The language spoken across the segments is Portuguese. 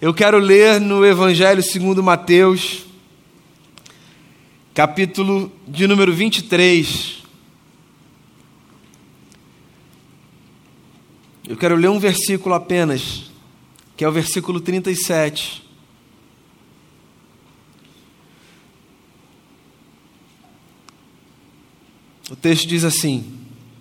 Eu quero ler no Evangelho segundo Mateus, capítulo de número 23. Eu quero ler um versículo apenas, que é o versículo 37. O texto diz assim: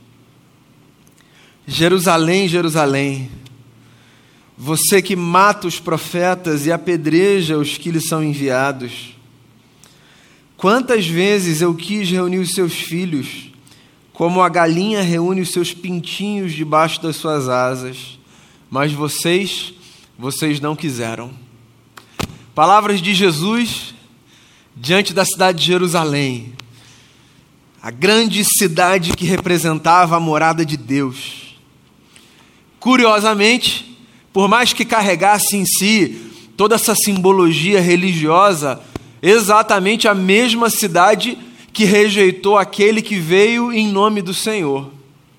Jerusalém, Jerusalém, você que mata os profetas e apedreja os que lhes são enviados. Quantas vezes eu quis reunir os seus filhos, como a galinha reúne os seus pintinhos debaixo das suas asas, mas vocês não quiseram. Palavras de Jesus diante da cidade de Jerusalém, a grande cidade que representava a morada de Deus. Curiosamente, por mais que carregasse em si toda essa simbologia religiosa, exatamente a mesma cidade que rejeitou aquele que veio em nome do Senhor.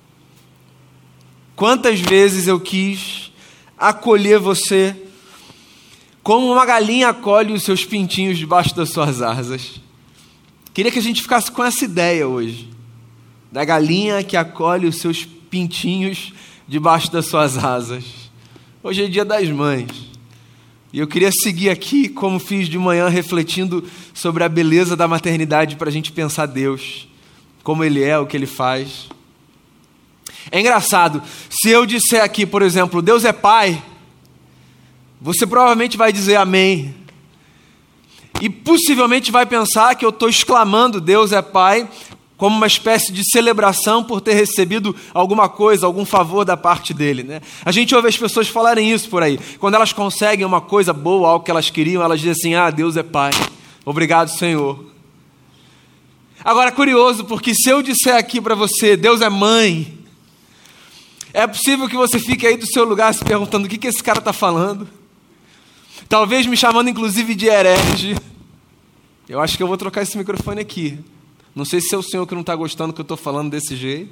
Quantas vezes eu quis acolher você como uma galinha acolhe os seus pintinhos debaixo das suas asas. Queria que a gente ficasse com essa ideia hoje, da galinha que acolhe os seus pintinhos debaixo das suas asas. Hoje é dia das mães, e eu queria seguir aqui, como fiz de manhã, refletindo sobre a beleza da maternidade para a gente pensar Deus, como Ele é, o que Ele faz. É engraçado, se eu disser aqui, por exemplo, Deus é Pai, você provavelmente vai dizer amém. E possivelmente vai pensar que eu estou exclamando Deus é Pai como uma espécie de celebração por ter recebido alguma coisa, algum favor da parte dele, né? A gente ouve as pessoas falarem isso por aí. Quando elas conseguem uma coisa boa, algo que elas queriam, elas dizem assim: Deus é Pai. Obrigado, Senhor. Agora, curioso, porque se eu disser aqui para você, Deus é Mãe, é possível que você fique aí do seu lugar se perguntando o que esse cara está falando. Talvez me chamando inclusive de herege. Eu acho que eu vou trocar esse microfone aqui. Não sei se é o senhor que não está gostando que eu estou falando desse jeito.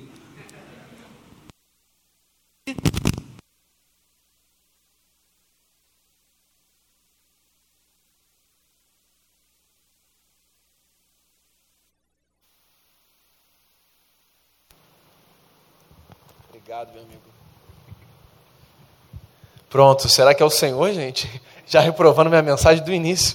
Obrigado, meu amigo. Pronto, será que é o Senhor, gente? Já reprovando minha mensagem do início.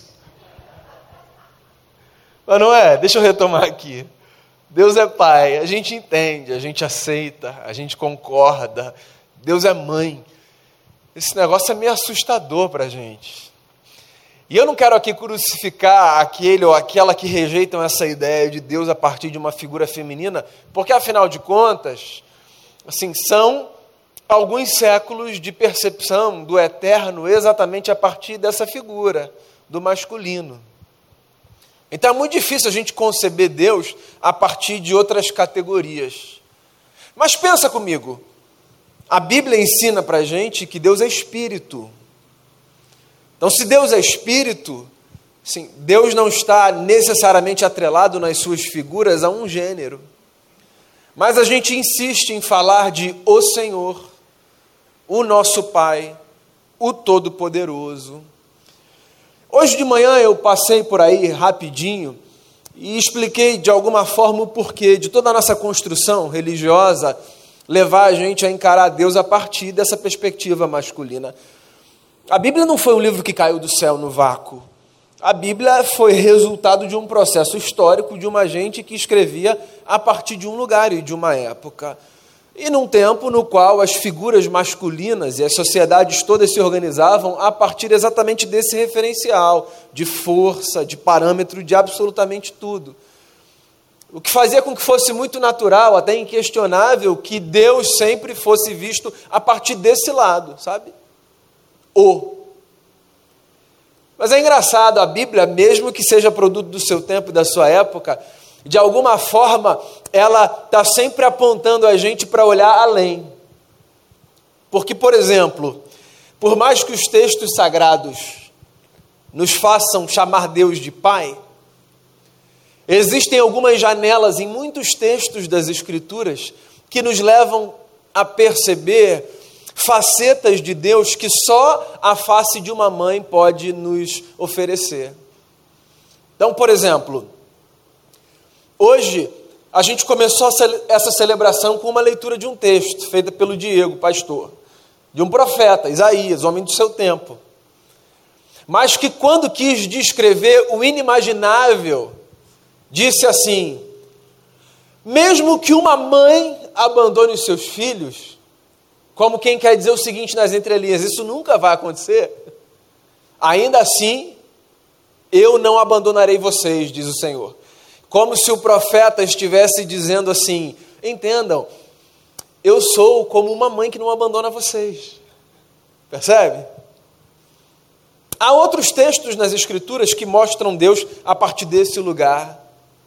Mas não é? Deixa eu retomar aqui. Deus é Pai, a gente entende, a gente aceita, a gente concorda. Deus é Mãe. Esse negócio é meio assustador para a gente. E eu não quero aqui crucificar aquele ou aquela que rejeitam essa ideia de Deus a partir de uma figura feminina, porque afinal de contas, assim, são alguns séculos de percepção do eterno exatamente a partir dessa figura, do masculino. Então é muito difícil a gente conceber Deus a partir de outras categorias. Mas pensa comigo, a Bíblia ensina para a gente que Deus é Espírito. Então, se Deus é Espírito, sim, Deus não está necessariamente atrelado nas suas figuras a um gênero. Mas a gente insiste em falar de o Senhor, o nosso Pai, o Todo-Poderoso. Hoje de manhã eu passei por aí rapidinho e expliquei de alguma forma o porquê de toda a nossa construção religiosa levar a gente a encarar Deus a partir dessa perspectiva masculina. A Bíblia não foi um livro que caiu do céu no vácuo. A Bíblia foi resultado de um processo histórico de uma gente que escrevia a partir de um lugar e de uma época. E num tempo no qual as figuras masculinas e as sociedades todas se organizavam a partir exatamente desse referencial de força, de parâmetro, de absolutamente tudo. O que fazia com que fosse muito natural, até inquestionável, que Deus sempre fosse visto a partir desse lado, sabe? Mas é engraçado, a Bíblia, mesmo que seja produto do seu tempo e da sua época, de alguma forma, ela está sempre apontando a gente para olhar além. Porque, por exemplo, por mais que os textos sagrados nos façam chamar Deus de Pai, existem algumas janelas em muitos textos das Escrituras que nos levam a perceber facetas de Deus que só a face de uma mãe pode nos oferecer. Então, por exemplo, hoje a gente começou essa celebração com uma leitura de um texto feita pelo Diego, pastor, de um profeta, Isaías, homem do seu tempo, mas que quando quis descrever o inimaginável, disse assim: mesmo que uma mãe abandone os seus filhos, como quem quer dizer o seguinte nas entrelinhas, isso nunca vai acontecer, ainda assim, eu não abandonarei vocês, diz o Senhor. Como se o profeta estivesse dizendo assim: entendam, eu sou como uma mãe que não abandona vocês. Percebe? Há outros textos nas Escrituras que mostram Deus a partir desse lugar.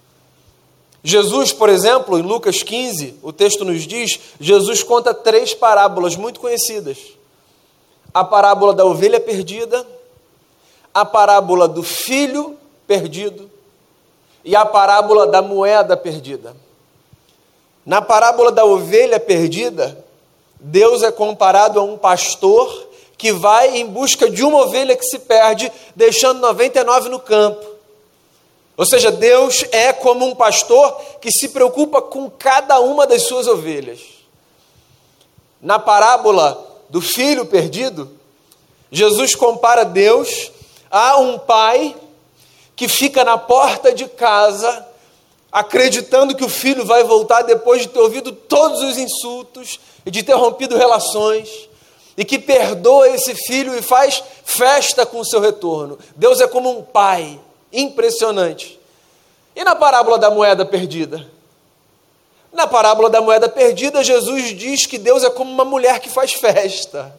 Jesus, por exemplo, em Lucas 15, o texto nos diz, Jesus conta 3 parábolas muito conhecidas. A parábola da ovelha perdida, a parábola do filho perdido e a parábola da moeda perdida. Na parábola da ovelha perdida, Deus é comparado a um pastor que vai em busca de uma ovelha que se perde, deixando 99 no campo. Ou seja, Deus é como um pastor que se preocupa com cada uma das suas ovelhas. Na parábola do filho perdido, Jesus compara Deus a um pai que fica na porta de casa, acreditando que o filho vai voltar depois de ter ouvido todos os insultos e de ter rompido relações, e que perdoa esse filho e faz festa com o seu retorno. Deus é como um pai, impressionante. E na parábola da moeda perdida? Na parábola da moeda perdida, Jesus diz que Deus é como uma mulher que faz festa.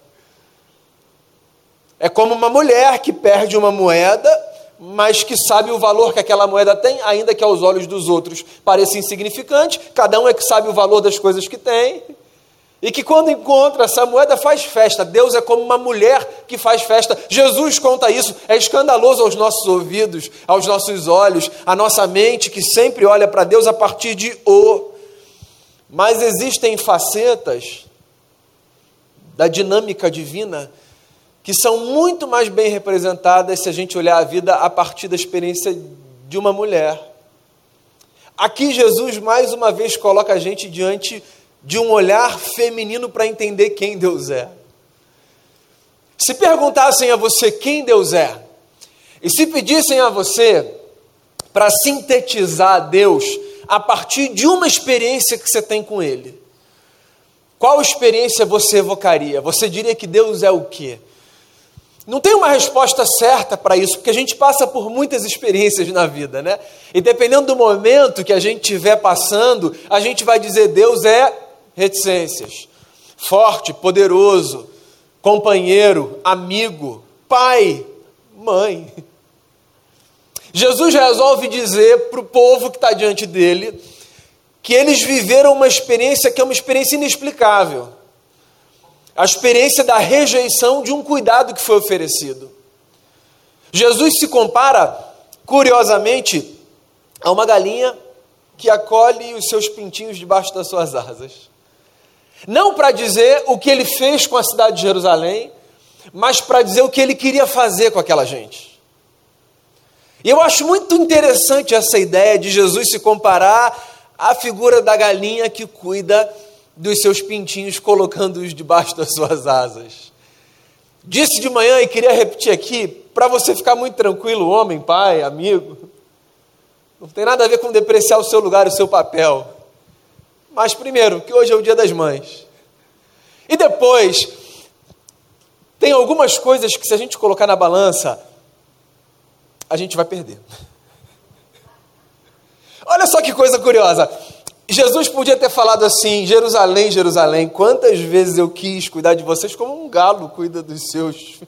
É como uma mulher que perde uma moeda, mas que sabe o valor que aquela moeda tem, ainda que aos olhos dos outros pareça insignificante, cada um é que sabe o valor das coisas que tem, e que quando encontra essa moeda faz festa. Deus é como uma mulher que faz festa. Jesus conta isso, é escandaloso aos nossos ouvidos, aos nossos olhos, à nossa mente que sempre olha para Deus a partir de o. Mas existem facetas da dinâmica divina que são muito mais bem representadas se a gente olhar a vida a partir da experiência de uma mulher. Aqui Jesus mais uma vez coloca a gente diante de um olhar feminino para entender quem Deus é. Se perguntassem a você quem Deus é, e se pedissem a você para sintetizar Deus a partir de uma experiência que você tem com Ele, qual experiência você evocaria? Você diria que Deus é o quê? Não tem uma resposta certa para isso, porque a gente passa por muitas experiências na vida, né? E dependendo do momento que a gente estiver passando, a gente vai dizer Deus é reticências, forte, poderoso, companheiro, amigo, pai, mãe. Jesus resolve dizer para o povo que está diante dele que eles viveram uma experiência que é uma experiência inexplicável. A experiência da rejeição de um cuidado que foi oferecido. Jesus se compara, curiosamente, a uma galinha que acolhe os seus pintinhos debaixo das suas asas. Não para dizer o que ele fez com a cidade de Jerusalém, mas para dizer o que ele queria fazer com aquela gente. E eu acho muito interessante essa ideia de Jesus se comparar à figura da galinha que cuida dos seus pintinhos, colocando-os debaixo das suas asas. Disse de manhã e queria repetir aqui, para você ficar muito tranquilo, homem, pai, amigo, não tem nada a ver com depreciar o seu lugar, o seu papel. Mas primeiro, que hoje é o Dia das Mães. E depois, tem algumas coisas que se a gente colocar na balança, a gente vai perder. Olha só que coisa curiosa. Jesus podia ter falado assim: Jerusalém, Jerusalém, quantas vezes eu quis cuidar de vocês como um galo cuida dos seus.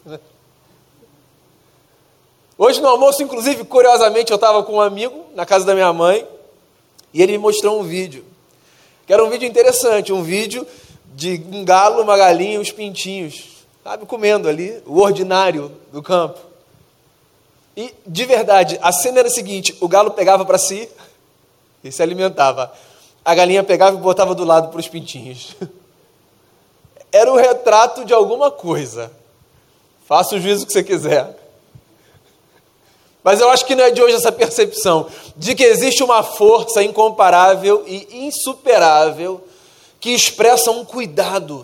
Hoje no almoço, inclusive, curiosamente, eu estava com um amigo na casa da minha mãe e ele me mostrou um vídeo, que era um vídeo interessante, um vídeo de um galo, uma galinha e os pintinhos, sabe, comendo ali, o ordinário do campo. E, de verdade, a cena era a seguinte: o galo pegava para si e se alimentava. A galinha pegava e botava do lado para os pintinhos. era o retrato de alguma coisa. Faça o juízo que você quiser. Mas eu acho que não é de hoje essa percepção de que existe uma força incomparável e insuperável que expressa um cuidado.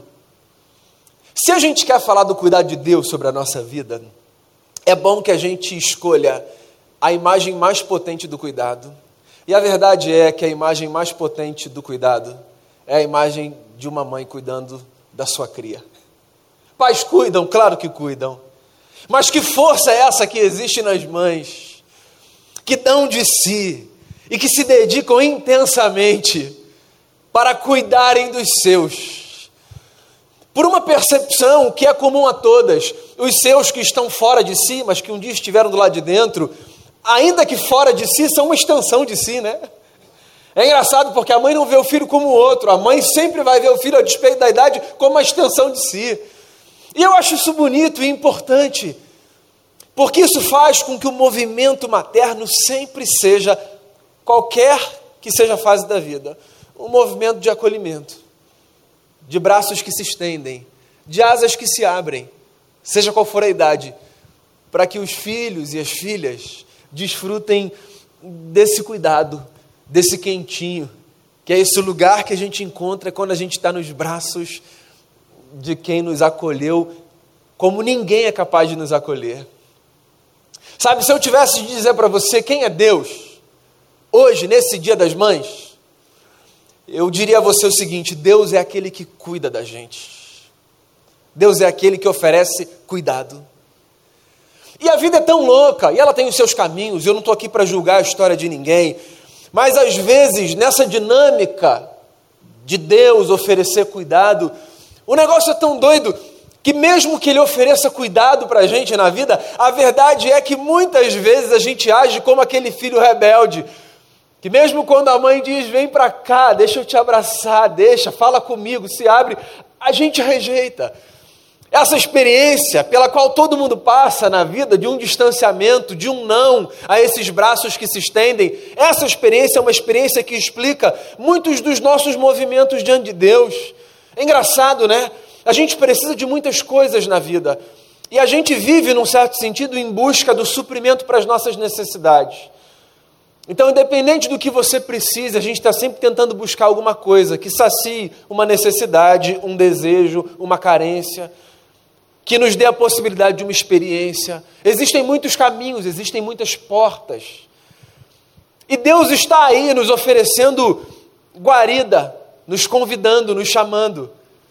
Se a gente quer falar do cuidado de Deus sobre a nossa vida, é bom que a gente escolha a imagem mais potente do cuidado. E a verdade é que a imagem mais potente do cuidado é a imagem de uma mãe cuidando da sua cria. Pais cuidam, claro que cuidam. Mas que força é essa que existe nas mães, que dão de si e que se dedicam intensamente para cuidarem dos seus? Por uma percepção que é comum a todas, os seus que estão fora de si, mas que um dia estiveram do lado de dentro, ainda que fora de si, são uma extensão de si, né? É engraçado porque a mãe não vê o filho como o outro, a mãe sempre vai ver o filho a despeito da idade como uma extensão de si. E eu acho isso bonito e importante, porque isso faz com que o movimento materno sempre seja, qualquer que seja a fase da vida, um movimento de acolhimento, de braços que se estendem, de asas que se abrem, seja qual for a idade, para que os filhos e as filhas desfrutem desse cuidado, desse quentinho, que é esse lugar que a gente encontra quando a gente está nos braços de quem nos acolheu como ninguém é capaz de nos acolher. Sabe, se eu tivesse de dizer para você quem é Deus, hoje, nesse Dia das Mães, eu diria a você o seguinte: Deus é aquele que cuida da gente. Deus é aquele que oferece cuidado. E a vida é tão louca, e ela tem os seus caminhos, eu não estou aqui para julgar a história de ninguém, mas às vezes, nessa dinâmica de Deus oferecer cuidado, o negócio é tão doido que mesmo que Ele ofereça cuidado para a gente na vida, a verdade é que muitas vezes a gente age como aquele filho rebelde, que mesmo quando a mãe diz, vem para cá, deixa eu te abraçar, fala comigo, se abre, a gente rejeita. Essa experiência pela qual todo mundo passa na vida, de um distanciamento, de um não a esses braços que se estendem, essa experiência é uma experiência que explica muitos dos nossos movimentos diante de Deus. É engraçado, né? A gente precisa de muitas coisas na vida e a gente vive, num certo sentido, em busca do suprimento para as nossas necessidades. Então, independente do que você precise, a gente está sempre tentando buscar alguma coisa que sacie uma necessidade, um desejo, uma carência, que nos dê a possibilidade de uma experiência. Existem muitos caminhos, existem muitas portas. E Deus está aí nos oferecendo guarida, nos convidando, nos chamando.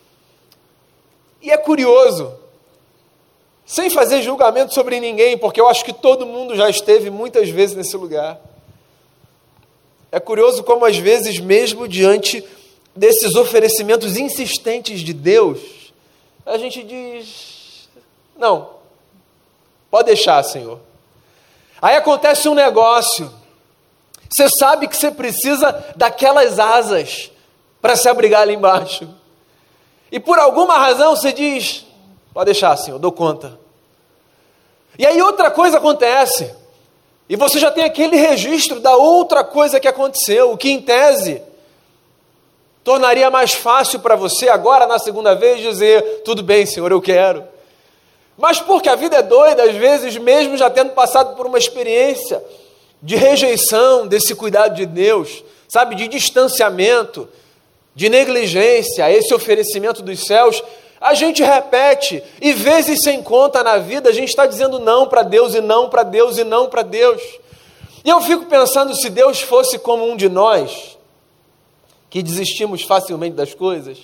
E é curioso, sem fazer julgamento sobre ninguém, porque eu acho que todo mundo já esteve muitas vezes nesse lugar. É curioso como às vezes, mesmo diante desses oferecimentos insistentes de Deus, a gente diz, não, pode deixar, Senhor. Aí acontece um negócio, você sabe que você precisa daquelas asas para se abrigar ali embaixo. E por alguma razão você diz, pode deixar, Senhor, dou conta. E aí outra coisa acontece, e você já tem aquele registro da outra coisa que aconteceu, o que em tese tornaria mais fácil para você agora na segunda vez dizer, tudo bem, Senhor, eu quero. Mas porque a vida é doida, às vezes mesmo já tendo passado por uma experiência de rejeição desse cuidado de Deus, sabe, de distanciamento, de negligência a esse oferecimento dos céus, a gente repete, e vezes sem conta na vida, a gente está dizendo não para Deus, e não para Deus, e não para Deus. E eu fico pensando, se Deus fosse como um de nós, que desistimos facilmente das coisas,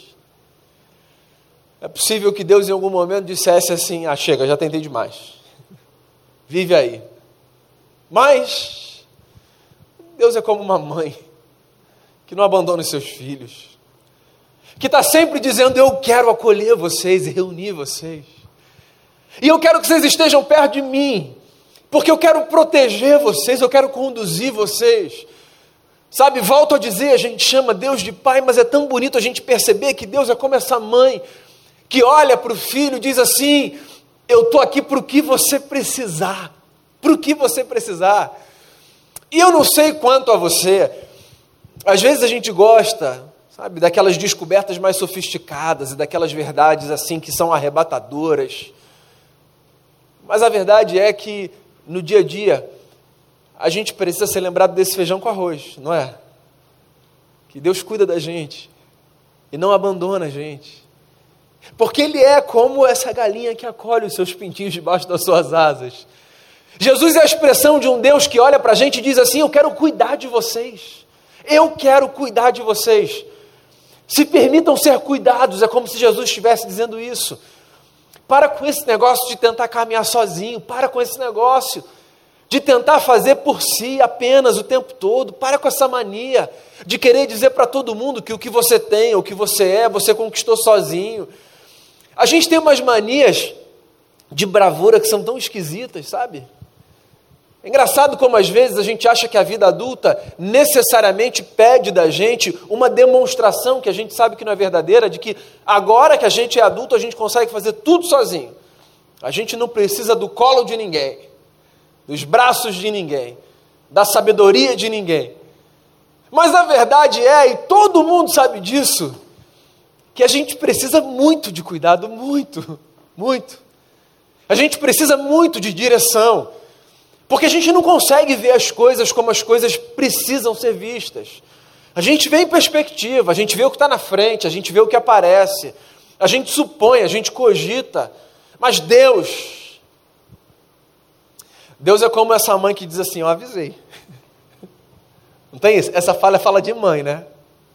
é possível que Deus em algum momento dissesse assim, chega, já tentei demais, vive aí. Mas Deus é como uma mãe, que não abandona os seus filhos, que está sempre dizendo, eu quero acolher vocês e reunir vocês. E eu quero que vocês estejam perto de mim, porque eu quero proteger vocês, eu quero conduzir vocês. Sabe, volto a dizer, a gente chama Deus de Pai, mas é tão bonito a gente perceber que Deus é como essa mãe, que olha para o filho e diz assim, eu estou aqui para o que você precisar, para o que você precisar. E eu não sei quanto a você, às vezes a gente gosta, sabe, daquelas descobertas mais sofisticadas e daquelas verdades assim que são arrebatadoras. Mas a verdade é que no dia a dia a gente precisa ser lembrado desse feijão com arroz, não é? Que Deus cuida da gente e não abandona a gente. Porque Ele é como essa galinha que acolhe os seus pintinhos debaixo das suas asas. Jesus é a expressão de um Deus que olha para a gente e diz assim: eu quero cuidar de vocês. Eu quero cuidar de vocês. Se permitam ser cuidados. É como se Jesus estivesse dizendo isso. Para com esse negócio de tentar caminhar sozinho. Para com esse negócio de tentar fazer por si apenas o tempo todo. Para com essa mania de querer dizer para todo mundo que o que você tem, o que você é, você conquistou sozinho. A gente tem umas manias de bravura que são tão esquisitas, sabe? É engraçado como às vezes a gente acha que a vida adulta necessariamente pede da gente uma demonstração que a gente sabe que não é verdadeira, de que agora que a gente é adulto a gente consegue fazer tudo sozinho. A gente não precisa do colo de ninguém, dos braços de ninguém, da sabedoria de ninguém. Mas a verdade é, e todo mundo sabe disso, que a gente precisa muito de cuidado, muito, muito. A gente precisa muito de direção, porque a gente não consegue ver as coisas como as coisas precisam ser vistas. A gente vê em perspectiva, a gente vê o que está na frente, a gente vê o que aparece, a gente supõe, a gente cogita, mas Deus é como essa mãe que diz assim: eu avisei. Não tem isso? Essa fala de mãe, né?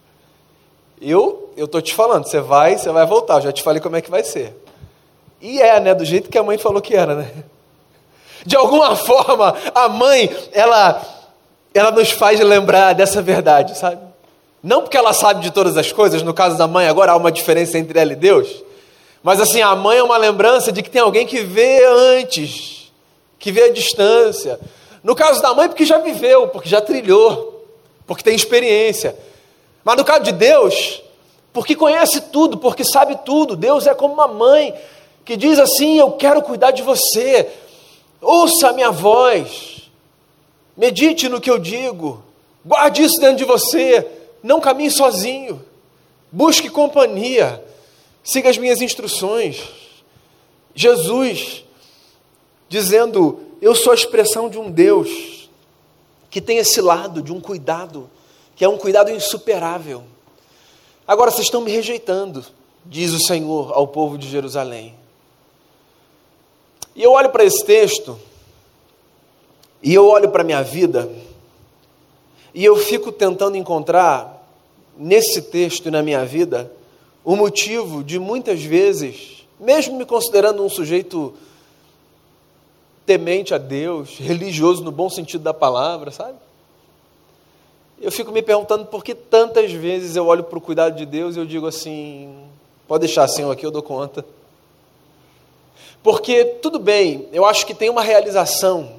Eu estou te falando, você vai voltar, eu já te falei como é que vai ser. E né, do jeito que a mãe falou que era, né? De alguma forma, a mãe, ela nos faz lembrar dessa verdade, sabe? Não porque ela sabe de todas as coisas, no caso da mãe agora há uma diferença entre ela e Deus, mas assim, a mãe é uma lembrança de que tem alguém que vê antes, que vê a distância. No caso da mãe, porque já viveu, porque já trilhou, porque tem experiência. Mas no caso de Deus, porque conhece tudo, porque sabe tudo. Deus é como uma mãe que diz assim: eu quero cuidar de você. Ouça a minha voz, medite no que eu digo, guarde isso dentro de você, não caminhe sozinho, busque companhia, siga as minhas instruções. Jesus dizendo: eu sou a expressão de um Deus que tem esse lado de um cuidado, que é um cuidado insuperável. Agora vocês estão me rejeitando, diz o Senhor ao povo de Jerusalém. E eu olho para esse texto, e eu olho para a minha vida, e eu fico tentando encontrar, nesse texto e na minha vida, o motivo de muitas vezes, mesmo me considerando um sujeito temente a Deus, religioso no bom sentido da palavra, sabe? Eu fico me perguntando por que tantas vezes eu olho para o cuidado de Deus e eu digo assim: pode deixar, Senhor, aqui eu dou conta. Porque, tudo bem, eu acho que tem uma realização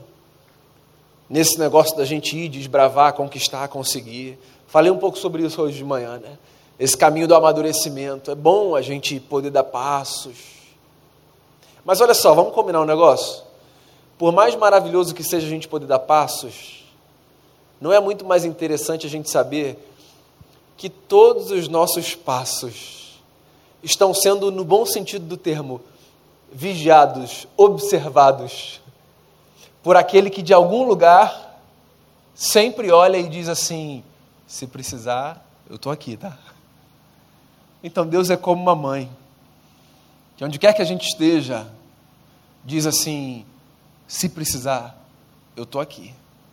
nesse negócio da gente ir, desbravar, conquistar, conseguir. Falei um pouco sobre isso hoje de manhã, né? Esse caminho do amadurecimento. É bom a gente poder dar passos. Mas olha só, vamos combinar um negócio? Por mais maravilhoso que seja a gente poder dar passos, não é muito mais interessante a gente saber que todos os nossos passos estão sendo, no bom sentido do termo, vigiados, observados por aquele que de algum lugar sempre olha e diz assim: se precisar, eu estou aqui, tá? Então Deus é como uma mãe, que onde quer que a gente esteja, diz assim: se precisar, eu estou aqui.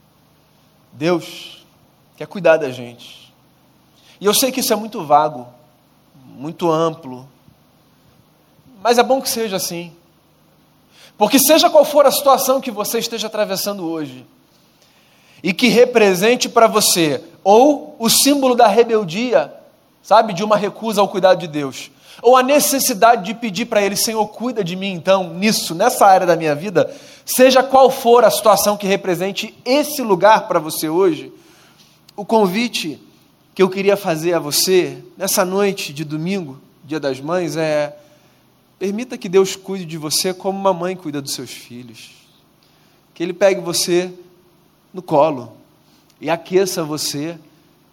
Deus quer cuidar da gente. E eu sei que isso é muito vago, muito amplo, mas é bom que seja assim. Porque seja qual for a situação que você esteja atravessando hoje, e que represente para você ou o símbolo da rebeldia, sabe, de uma recusa ao cuidado de Deus, ou a necessidade de pedir para Ele: Senhor, cuida de mim então, nessa área da minha vida, seja qual for a situação que represente esse lugar para você hoje, o convite que eu queria fazer a você, nessa noite de domingo, Dia das Mães, é: permita que Deus cuide de você como uma mãe cuida dos seus filhos. Que Ele pegue você no colo e aqueça você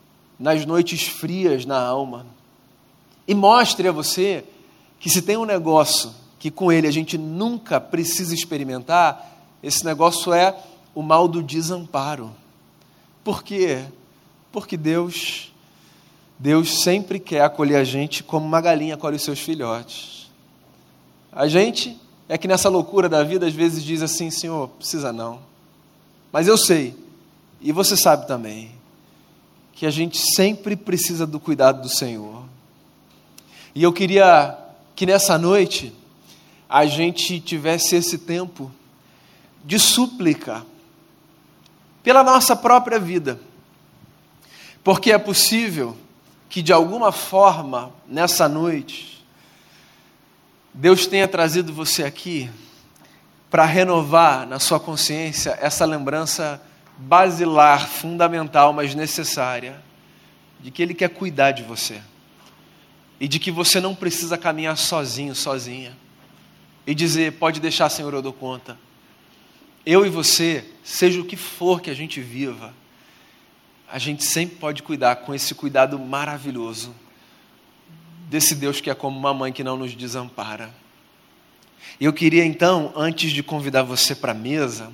nas noites frias na alma. E mostre a você que se tem um negócio que com ele a gente nunca precisa experimentar, esse negócio é o mal do desamparo. Por quê? Porque Deus sempre quer acolher a gente como uma galinha acolhe os seus filhotes. A gente é que nessa loucura da vida às vezes diz assim: Senhor, precisa não. Mas eu sei, e você sabe também, que a gente sempre precisa do cuidado do Senhor. E eu queria que nessa noite a gente tivesse esse tempo de súplica pela nossa própria vida. Porque é possível que de alguma forma, nessa noite, Deus tenha trazido você aqui para renovar na sua consciência essa lembrança basilar, fundamental, mas necessária, de que Ele quer cuidar de você. E de que você não precisa caminhar sozinho, sozinha. E dizer: pode deixar, Senhor, eu dou conta. Eu e você, seja o que for que a gente viva, a gente sempre pode cuidar com esse cuidado maravilhoso desse Deus que é como uma mãe que não nos desampara. E eu queria então, antes de convidar você para a mesa,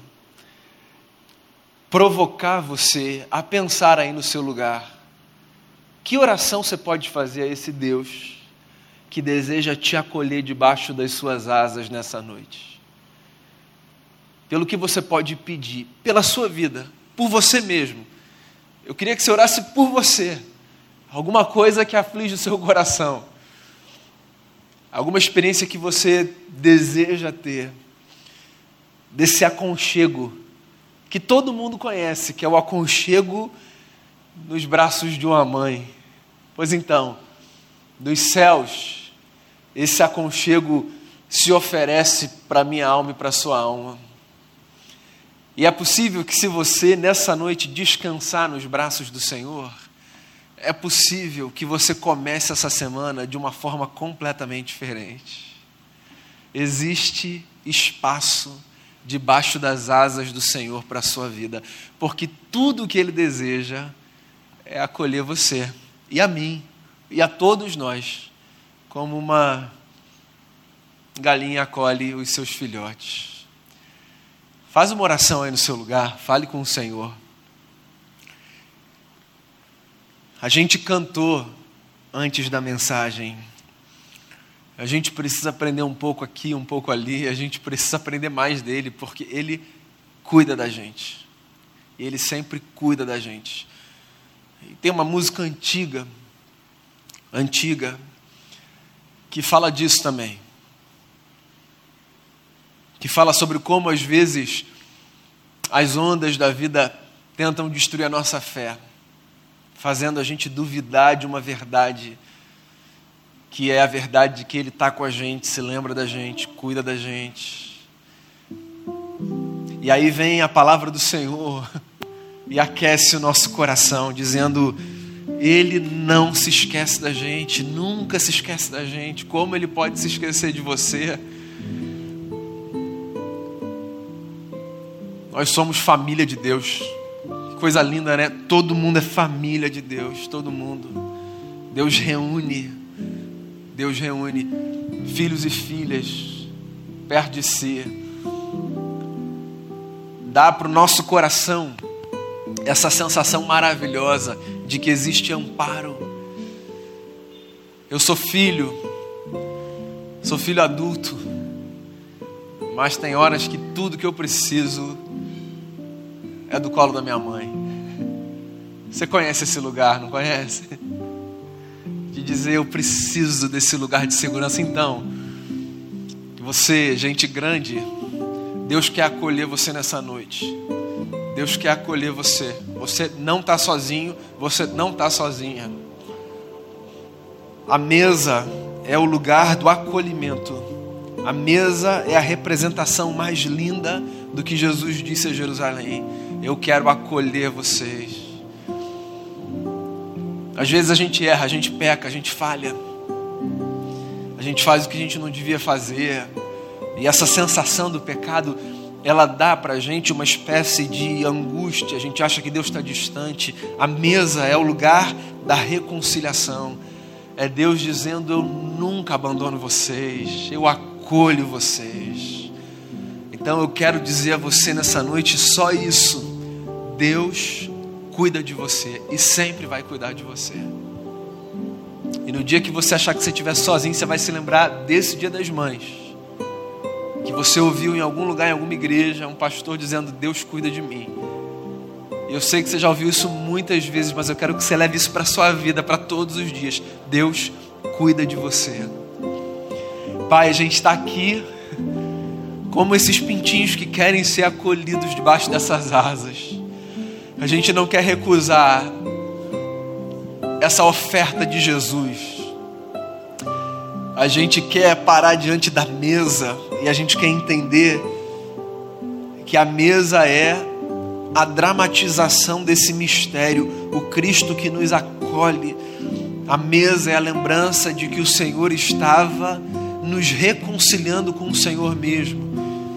provocar você a pensar aí no seu lugar. Que oração você pode fazer a esse Deus que deseja te acolher debaixo das suas asas nessa noite? Pelo que você pode pedir, pela sua vida, por você mesmo. Eu queria que você orasse por você. Alguma coisa que aflige o seu coração. Alguma experiência que você deseja ter. Desse aconchego que todo mundo conhece, que é o aconchego nos braços de uma mãe. Pois então, dos céus, esse aconchego se oferece para a minha alma e para a sua alma. E é possível que, se você nessa noite descansar nos braços do Senhor, é possível que você comece essa semana de uma forma completamente diferente. Existe espaço debaixo das asas do Senhor para a sua vida, porque tudo o que Ele deseja é acolher você, e a mim, e a todos nós, como uma galinha acolhe os seus filhotes. Faz uma oração aí no seu lugar, fale com o Senhor. A gente cantou antes da mensagem. A gente precisa aprender um pouco aqui, um pouco ali. A gente precisa aprender mais dele, porque Ele cuida da gente. E Ele sempre cuida da gente. E tem uma música antiga, que fala disso também. Que fala sobre como, às vezes, as ondas da vida tentam destruir a nossa fé, fazendo a gente duvidar de uma verdade, que é a verdade de que Ele está com a gente, se lembra da gente, cuida da gente. E aí vem a palavra do Senhor e aquece o nosso coração, dizendo: Ele não se esquece da gente, nunca se esquece da gente. Como Ele pode se esquecer de você? Nós somos família de Deus. Que coisa linda, né? Todo mundo é família de Deus, todo mundo. Deus reúne filhos e filhas perto de si. Dá para o nosso coração essa sensação maravilhosa de que existe amparo. Eu sou filho adulto, mas tem horas que tudo que eu preciso é do colo da minha mãe. Você conhece esse lugar, não conhece? De dizer: eu preciso desse lugar de segurança. Então, você, gente grande, Deus quer acolher você nessa noite. Deus quer acolher você. Você não está sozinho, você não está sozinha. A mesa é o lugar do acolhimento. A mesa é a representação mais linda do que Jesus disse a Jerusalém: eu quero acolher vocês. Às vezes a gente erra, a gente peca, a gente falha. A gente faz o que a gente não devia fazer. E essa sensação do pecado ela dá para a gente uma espécie de angústia. A gente acha que Deus está distante. A mesa é o lugar da reconciliação. É Deus dizendo: eu nunca abandono vocês, eu acolho vocês. Então eu quero dizer a você nessa noite só isso: Deus cuida de você e sempre vai cuidar de você. E no dia que você achar que você estiver sozinho, você vai se lembrar desse Dia das Mães, que você ouviu em algum lugar, em alguma igreja, um pastor dizendo: Deus cuida de mim. E eu sei que você já ouviu isso muitas vezes, mas eu quero que você leve isso para a sua vida, para todos os dias. Deus cuida de você. Pai, a gente está aqui como esses pintinhos que querem ser acolhidos debaixo dessas asas. A gente não quer recusar essa oferta de Jesus. A gente quer parar diante da mesa e a gente quer entender que a mesa é a dramatização desse mistério, o Cristo que nos acolhe. A mesa é a lembrança de que o Senhor estava nos reconciliando com o Senhor mesmo.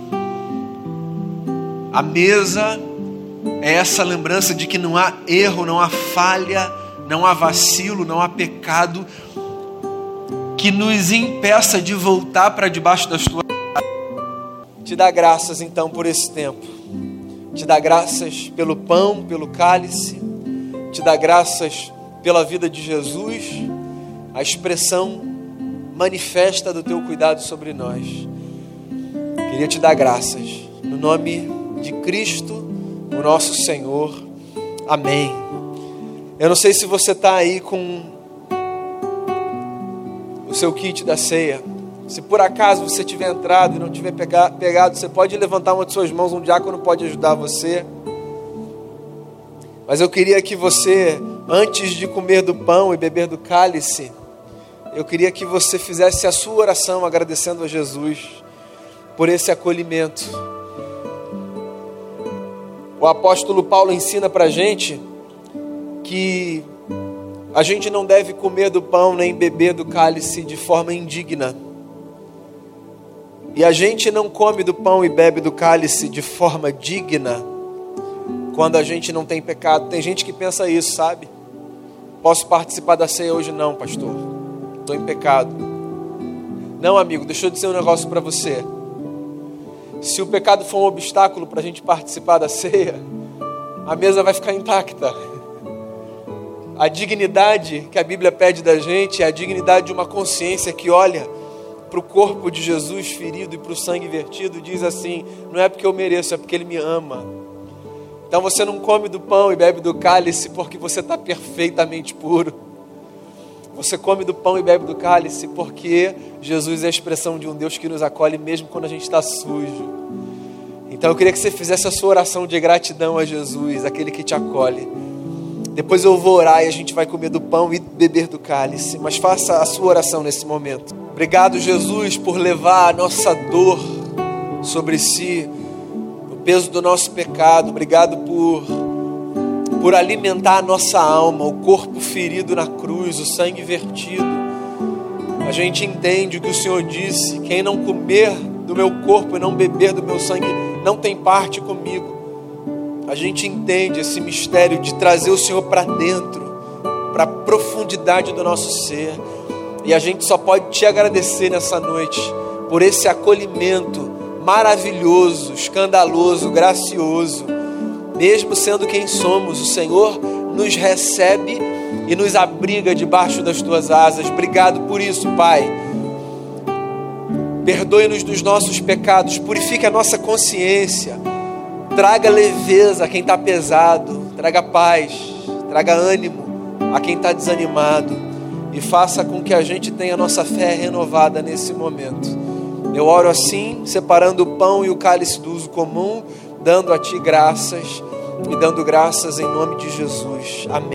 A mesa é essa lembrança de que não há erro, não há falha, não há vacilo, não há pecado que nos impeça de voltar para debaixo das tuas asas. Te dá graças então por esse tempo. Te dá graças pelo pão, pelo cálice. Te dá graças pela vida de Jesus, a expressão manifesta do teu cuidado sobre nós. Queria te dar graças no nome de Cristo, o nosso Senhor. Amém. Eu não sei se você está aí com o seu kit da ceia. Se por acaso você tiver entrado e não tiver pegado, você pode levantar uma de suas mãos, um diácono pode ajudar você. Mas eu queria que você, antes de comer do pão e beber do cálice, eu queria que você fizesse a sua oração agradecendo a Jesus por esse acolhimento. O apóstolo Paulo ensina para a gente que a gente não deve comer do pão nem beber do cálice de forma indigna. E a gente não come do pão e bebe do cálice de forma digna quando a gente não tem pecado. Tem gente que pensa isso, sabe? Posso participar da ceia hoje? Não, pastor. Estou em pecado. Não, amigo, deixa eu dizer um negócio para você. Se o pecado for um obstáculo para a gente participar da ceia, a mesa vai ficar intacta. A dignidade que a Bíblia pede da gente é a dignidade de uma consciência que olha para o corpo de Jesus ferido e para o sangue vertido e diz assim: não é porque eu mereço, é porque Ele me ama. Então você não come do pão e bebe do cálice porque você está perfeitamente puro. Você come do pão e bebe do cálice porque Jesus é a expressão de um Deus que nos acolhe mesmo quando a gente está sujo. Então eu queria que você fizesse a sua oração de gratidão a Jesus, aquele que te acolhe. Depois eu vou orar e a gente vai comer do pão e beber do cálice. Mas faça a sua oração nesse momento. Obrigado, Jesus, por levar a nossa dor sobre si, o peso do nosso pecado. Obrigado por alimentar a nossa alma, o corpo ferido na cruz, o sangue vertido. A gente entende o que o Senhor disse: quem não comer do meu corpo e não beber do meu sangue não tem parte comigo. A gente entende esse mistério de trazer o Senhor para dentro, para a profundidade do nosso ser. E a gente só pode te agradecer nessa noite por esse acolhimento maravilhoso, escandaloso, gracioso. Mesmo sendo quem somos, o Senhor nos recebe e nos abriga debaixo das tuas asas. Obrigado por isso, Pai. Perdoe-nos dos nossos pecados, purifique a nossa consciência, traga leveza a quem está pesado, traga paz, traga ânimo a quem está desanimado e faça com que a gente tenha a nossa fé renovada nesse momento. Eu oro assim, separando o pão e o cálice do uso comum, dando a Ti graças e dando graças em nome de Jesus. Amém.